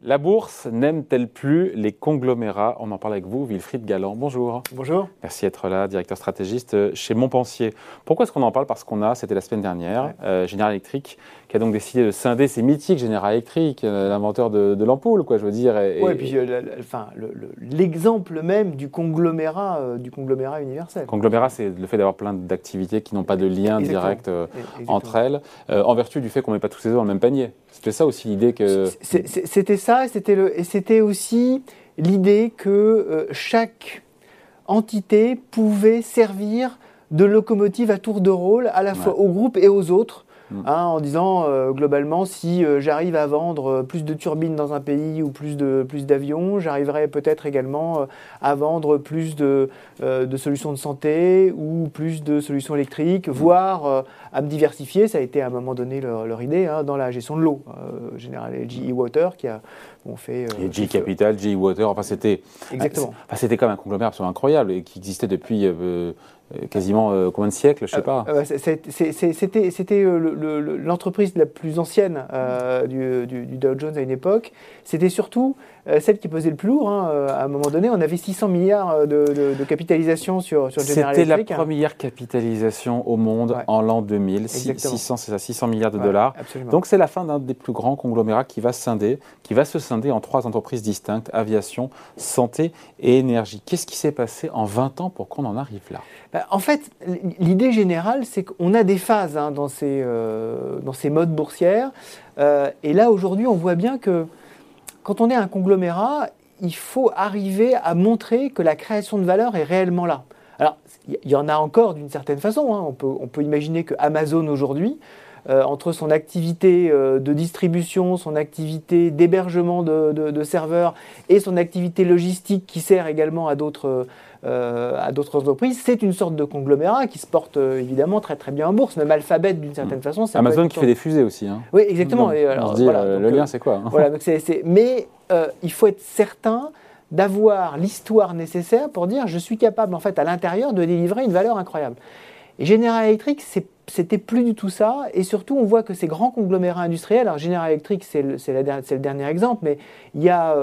La bourse n'aime-t-elle plus les conglomérats? On en parle avec vous, Wilfried Galland. Bonjour. Bonjour. Merci d'être là, directeur stratégiste chez Montpensier. Pourquoi est-ce qu'on en parle? Parce qu'on a, c'était la semaine dernière, General Electric qui a donc décidé de scinder, c'est mythique General Electric, l'inventeur de l'ampoule, quoi, je veux dire. Et puis l'exemple même du conglomérat universel. Conglomérat, c'est le fait d'avoir plein d'activités qui n'ont pas de lien direct entre elles, en vertu du fait qu'on ne met pas tous ces œufs dans le même panier. C'était ça aussi l'idée que... C'était ça, et c'était aussi l'idée que chaque entité pouvait servir de locomotive à tour de rôle, à la fois au groupe et aux autres, en disant globalement, si j'arrive à vendre plus de turbines dans un pays ou plus d'avions, j'arriverai peut-être également à vendre plus de solutions de santé ou plus de solutions électriques, voire à me diversifier. Ça a été à un moment donné leur idée dans la gestion de l'eau. General GE Water qui a fait... et GE Capital, GE Water, enfin c'était... Exactement. C'était comme un conglomérat absolument incroyable et qui existait depuis... quasiment combien de siècles, je ne sais pas. C'était l'entreprise la plus ancienne du Dow Jones à une époque. C'était surtout celle qui pesait le plus lourd. À un moment donné, on avait 600 milliards de capitalisation sur General Electric. C'était la première capitalisation au monde en l'an 2000. 600 milliards de dollars. Absolument. Donc c'est la fin d'un des plus grands conglomérats qui va se scinder en 3 entreprises distinctes, aviation, santé et énergie. Qu'est-ce qui s'est passé en 20 ans pour qu'on en arrive là? En fait, l'idée générale, c'est qu'on a des phases dans ces modes boursières. Et là, aujourd'hui, on voit bien que quand on est un conglomérat, il faut arriver à montrer que la création de valeur est réellement là. Alors, il y en a encore d'une certaine façon. On peut imaginer que Amazon aujourd'hui, entre son activité de distribution, son activité d'hébergement de serveurs et son activité logistique qui sert également à d'autres entreprises, c'est une sorte de conglomérat qui se porte évidemment très très bien en bourse. Même Alphabet d'une certaine façon. Amazon qui fait des fusées aussi. Oui, exactement. Et alors, on se dit, le lien c'est quoi Voilà, donc mais il faut être certain d'avoir l'histoire nécessaire pour dire je suis capable en fait à l'intérieur de délivrer une valeur incroyable. Et General Electric, c'était plus du tout ça, et surtout on voit que ces grands conglomérats industriels, alors General Electric c'est le dernier exemple, mais il y a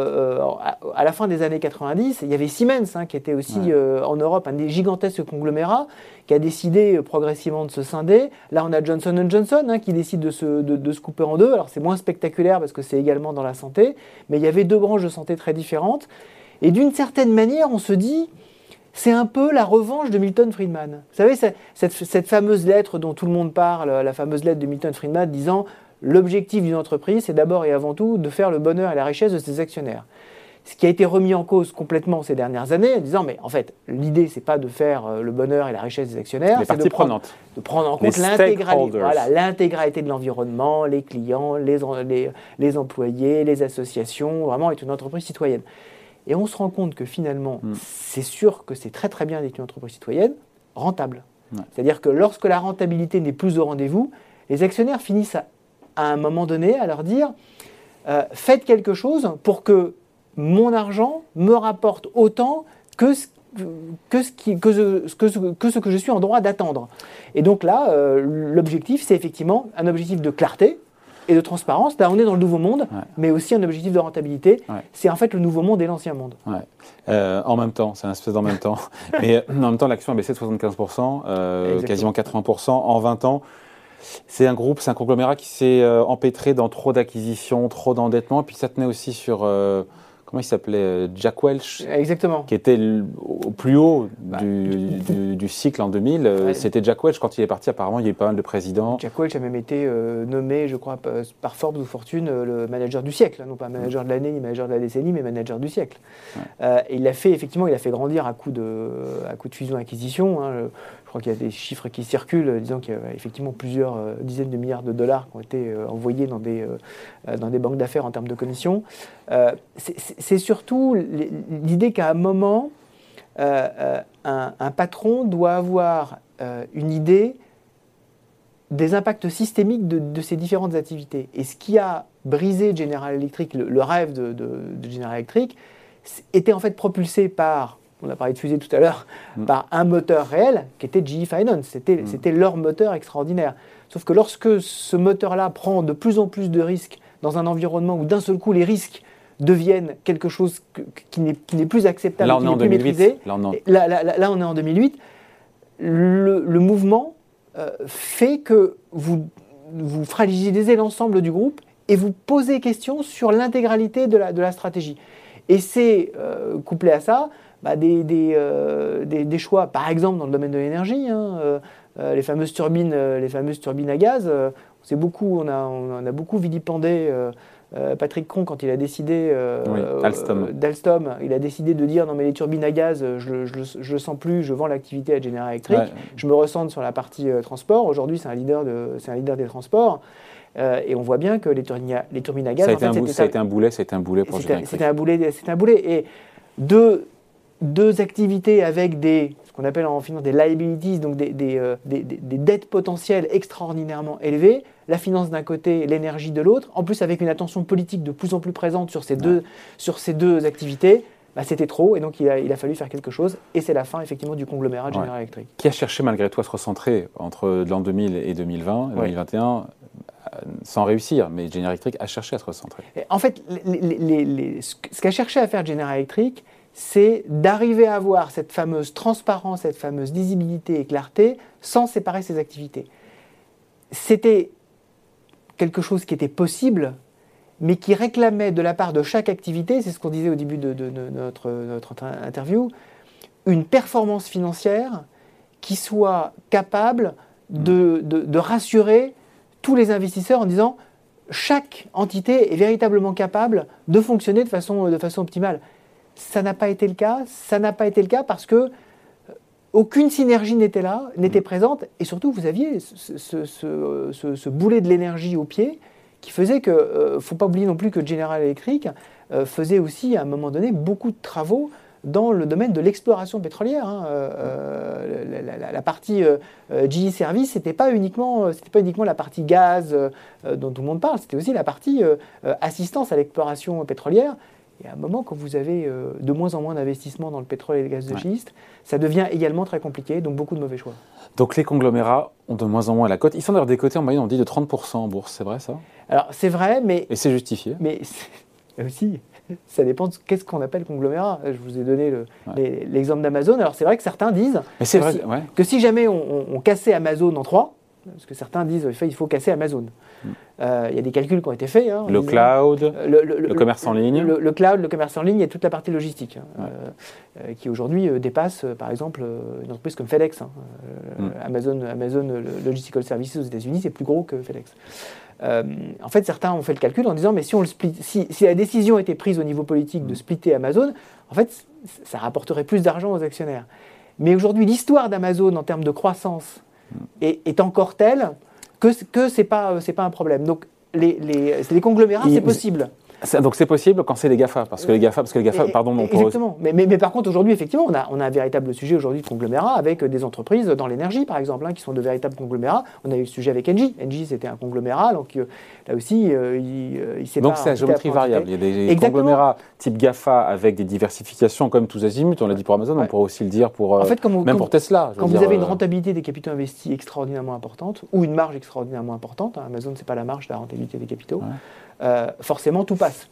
à la fin des années 90, il y avait Siemens qui était aussi en Europe un des gigantesques conglomérats qui a décidé progressivement de se scinder. Là on a Johnson & Johnson qui décide de se couper en deux. Alors c'est moins spectaculaire parce que c'est également dans la santé, mais il y avait 2 branches de santé très différentes, et d'une certaine manière on se dit... C'est un peu la revanche de Milton Friedman. Vous savez, cette fameuse lettre dont tout le monde parle, la fameuse lettre de Milton Friedman disant « L'objectif d'une entreprise, c'est d'abord et avant tout de faire le bonheur et la richesse de ses actionnaires ». Ce qui a été remis en cause complètement ces dernières années, en disant « Mais en fait, l'idée, c'est pas de faire le bonheur et la richesse des actionnaires, c'est de prendre en compte l'intégralité de l'environnement, les clients, les employés, les associations, vraiment être une entreprise citoyenne ». Et on se rend compte que finalement, c'est sûr que c'est très très bien d'être une entreprise citoyenne, rentable. C'est-à-dire que lorsque la rentabilité n'est plus au rendez-vous, les actionnaires finissent à un moment donné à leur dire faites quelque chose pour que mon argent me rapporte autant que ce que je suis en droit d'attendre. Et donc là, l'objectif, c'est effectivement un objectif de clarté et de transparence. Là, on est dans le nouveau monde, mais aussi un objectif de rentabilité. C'est en fait le nouveau monde et l'ancien monde. En même temps, c'est un espèce d'en même temps. Mais en même temps, l'action a baissé de 75%, quasiment 80% en 20 ans. C'est un conglomérat qui s'est empêtré dans trop d'acquisitions, trop d'endettement. Et puis ça tenait aussi sur... comment il s'appelait, Jack Welch, exactement, qui était au plus haut du cycle en 2000. C'était Jack Welch. Quand il est parti, apparemment, il y a eu pas mal de présidents. Jack Welch a même été nommé, je crois, par Forbes ou Fortune, le manager du siècle. Non pas manager de l'année, ni manager de la décennie, mais manager du siècle. Et il a fait grandir à coup de fusion-acquisition. Je crois qu'il y a des chiffres qui circulent disant qu'il y a effectivement plusieurs dizaines de milliards de dollars qui ont été envoyés dans des banques d'affaires en termes de commissions. C'est surtout l'idée qu'à un moment, un patron doit avoir une idée des impacts systémiques de ces différentes activités. Et ce qui a brisé General Electric, le rêve de General Electric, était en fait propulsé par... On a parlé de fusée tout à l'heure, par un moteur réel qui était GE Finance. C'était leur moteur extraordinaire. Sauf que lorsque ce moteur-là prend de plus en plus de risques dans un environnement où d'un seul coup les risques deviennent quelque chose qui n'est plus acceptable, là, on qui est en n'est plus 2008. maîtrisé. Là, on est en 2008. Le mouvement fait que vous fragilisez l'ensemble du groupe et vous posez question sur l'intégralité de la stratégie. Et c'est, couplé à ça, des choix, par exemple dans le domaine de l'énergie, les fameuses turbines à gaz. On a beaucoup vilipendé Patrick Cron quand il a décidé d'Alstom. Il a décidé de dire non mais les turbines à gaz, je le sens plus, je vends l'activité à General Electric. Ouais. Je me recentre sur la partie transport. Aujourd'hui, c'est un leader des transports. Et on voit bien que les turbines à gaz, ça a été un boulet pour General Electric. C'était un boulet. Et deux activités avec ce qu'on appelle en finance des liabilities, donc des dettes potentielles extraordinairement élevées, la finance d'un côté, l'énergie de l'autre, en plus avec une attention politique de plus en plus présente sur ces deux activités, c'était trop, et donc il a fallu faire quelque chose, et c'est la fin effectivement du conglomérat de General Electric. Qui a cherché malgré tout à se recentrer entre l'an 2000 et 2020, 2021, sans réussir, mais General Electric a cherché à se recentrer. Et en fait, ce qu'a cherché à faire General Electric, c'est d'arriver à avoir cette fameuse transparence, cette fameuse lisibilité et clarté sans séparer ses activités. C'était quelque chose qui était possible, mais qui réclamait de la part de chaque activité, c'est ce qu'on disait au début de notre interview, une performance financière qui soit capable de rassurer tous les investisseurs en disant chaque entité est véritablement capable de fonctionner de façon optimale. Ça n'a pas été le cas. Ça n'a pas été le cas parce que aucune synergie n'était présente. Et surtout, vous aviez ce boulet de l'énergie au pied qui faisait que, faut pas oublier non plus que General Electric faisait aussi, à un moment donné, beaucoup de travaux dans le domaine de l'exploration pétrolière. La partie GE Service, c'était pas uniquement la partie gaz dont tout le monde parle, c'était aussi la partie assistance à l'exploration pétrolière. Et à un moment, quand vous avez de moins en moins d'investissements dans le pétrole et le gaz de schiste, ça devient également très compliqué, donc beaucoup de mauvais choix. Donc les conglomérats ont de moins en moins la cote. Ils sont d'ailleurs décotés en moyenne, on dit, de 30% en bourse, c'est vrai ça ? Alors c'est vrai, mais... Et c'est justifié. Mais aussi, ça dépend de qu'est-ce qu'on appelle conglomérat. Je vous ai donné l'exemple d'Amazon. Alors c'est vrai que certains disent que si jamais on cassait Amazon en 3, parce que certains disent qu'il faut casser Amazon. Il y a des calculs qui ont été faits. Le cloud, le commerce en ligne. Le cloud, le commerce en ligne et toute la partie logistique, qui aujourd'hui dépasse, par exemple, une entreprise comme FedEx. Amazon Logistical Services aux États-Unis, c'est plus gros que FedEx. En fait, certains ont fait le calcul en disant mais si la décision était prise au niveau politique de splitter Amazon, en fait, ça rapporterait plus d'argent aux actionnaires. Mais aujourd'hui, l'histoire d'Amazon en termes de croissance est encore telle que c'est pas un problème. Donc les conglomérats, c'est possible. Donc c'est possible quand c'est les GAFA, parce que les GAFA, exactement. Mais par contre, aujourd'hui, effectivement, on a un véritable sujet aujourd'hui de conglomérat avec des entreprises dans l'énergie, par exemple, qui sont de véritables conglomérats. On a eu le sujet avec Engie. Engie, c'était un conglomérat, donc là aussi, il s'est Donc c'est la géométrie variable. Il y a des conglomérats type GAFA avec des diversifications comme tous azimuts. On l'a dit pour Amazon, on pourrait aussi le dire pour pour Tesla. Quand vous avez une rentabilité des capitaux investis extraordinairement importante ou une marge extraordinairement importante, Amazon, c'est pas la marge, c'est la rentabilité des capitaux. Forcément tout passe.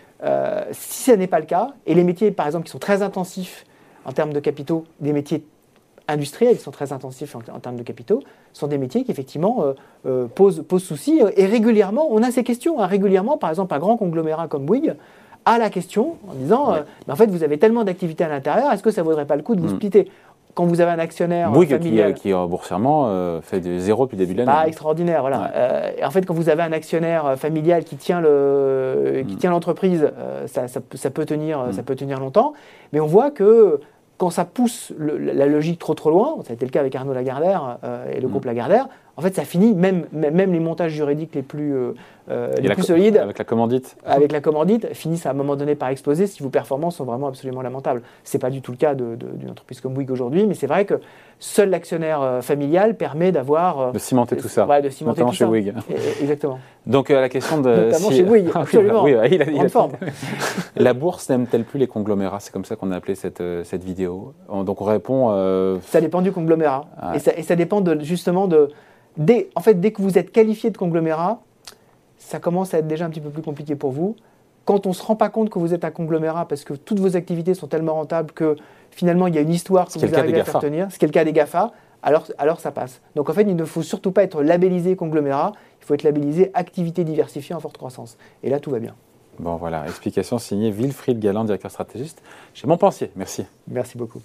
Si ce n'est pas le cas, et les métiers par exemple qui sont très intensifs en termes de capitaux, des métiers industriels qui sont très intensifs en termes de capitaux, sont des métiers qui effectivement posent souci, et régulièrement on a ces questions. Régulièrement, par exemple, un grand conglomérat comme Bouygues a la question en disant mais en fait vous avez tellement d'activités à l'intérieur, est-ce que ça ne vaudrait pas le coup de vous splitter ? Quand vous avez un actionnaire familial... qui boursièrement fait de zéro depuis le début de l'année. Pas extraordinaire, voilà. Ouais. En fait, quand vous avez un actionnaire familial qui tient l'entreprise, ça peut tenir longtemps. Mais on voit que quand ça pousse la logique trop loin, ça a été le cas avec Arnaud Lagardère et le groupe Lagardère, en fait, ça finit, même les montages juridiques les plus solides, avec la commandite, finissent à un moment donné par exploser si vos performances sont vraiment absolument lamentables. Ce n'est pas du tout le cas d'une entreprise comme Bouygues aujourd'hui, mais c'est vrai que seul l'actionnaire familial permet d'avoir... de cimenter tout ça, ouais, de cimenter notamment tout chez ça. Bouygues. Exactement. Donc la question de... Notamment chez Bouygues, absolument. Oui, il a forme. La bourse n'aime-t-elle plus les conglomérats ? C'est comme ça qu'on a appelé cette vidéo. Donc on répond... Ça dépend du conglomérat. Ouais. Et ça dépend justement de... Dès que vous êtes qualifié de conglomérat, ça commence à être déjà un petit peu plus compliqué pour vous. quand on ne se rend pas compte que vous êtes un conglomérat parce que toutes vos activités sont tellement rentables que finalement il y a une histoire que vous arrivez à faire tenir, ce qui est le cas des GAFA, alors ça passe. Donc en fait, il ne faut surtout pas être labellisé conglomérat, il faut être labellisé activité diversifiée en forte croissance. Et là, tout va bien. Bon voilà, explication signée Wilfried Galland, directeur stratégiste chez Montpensier. Merci. Merci beaucoup.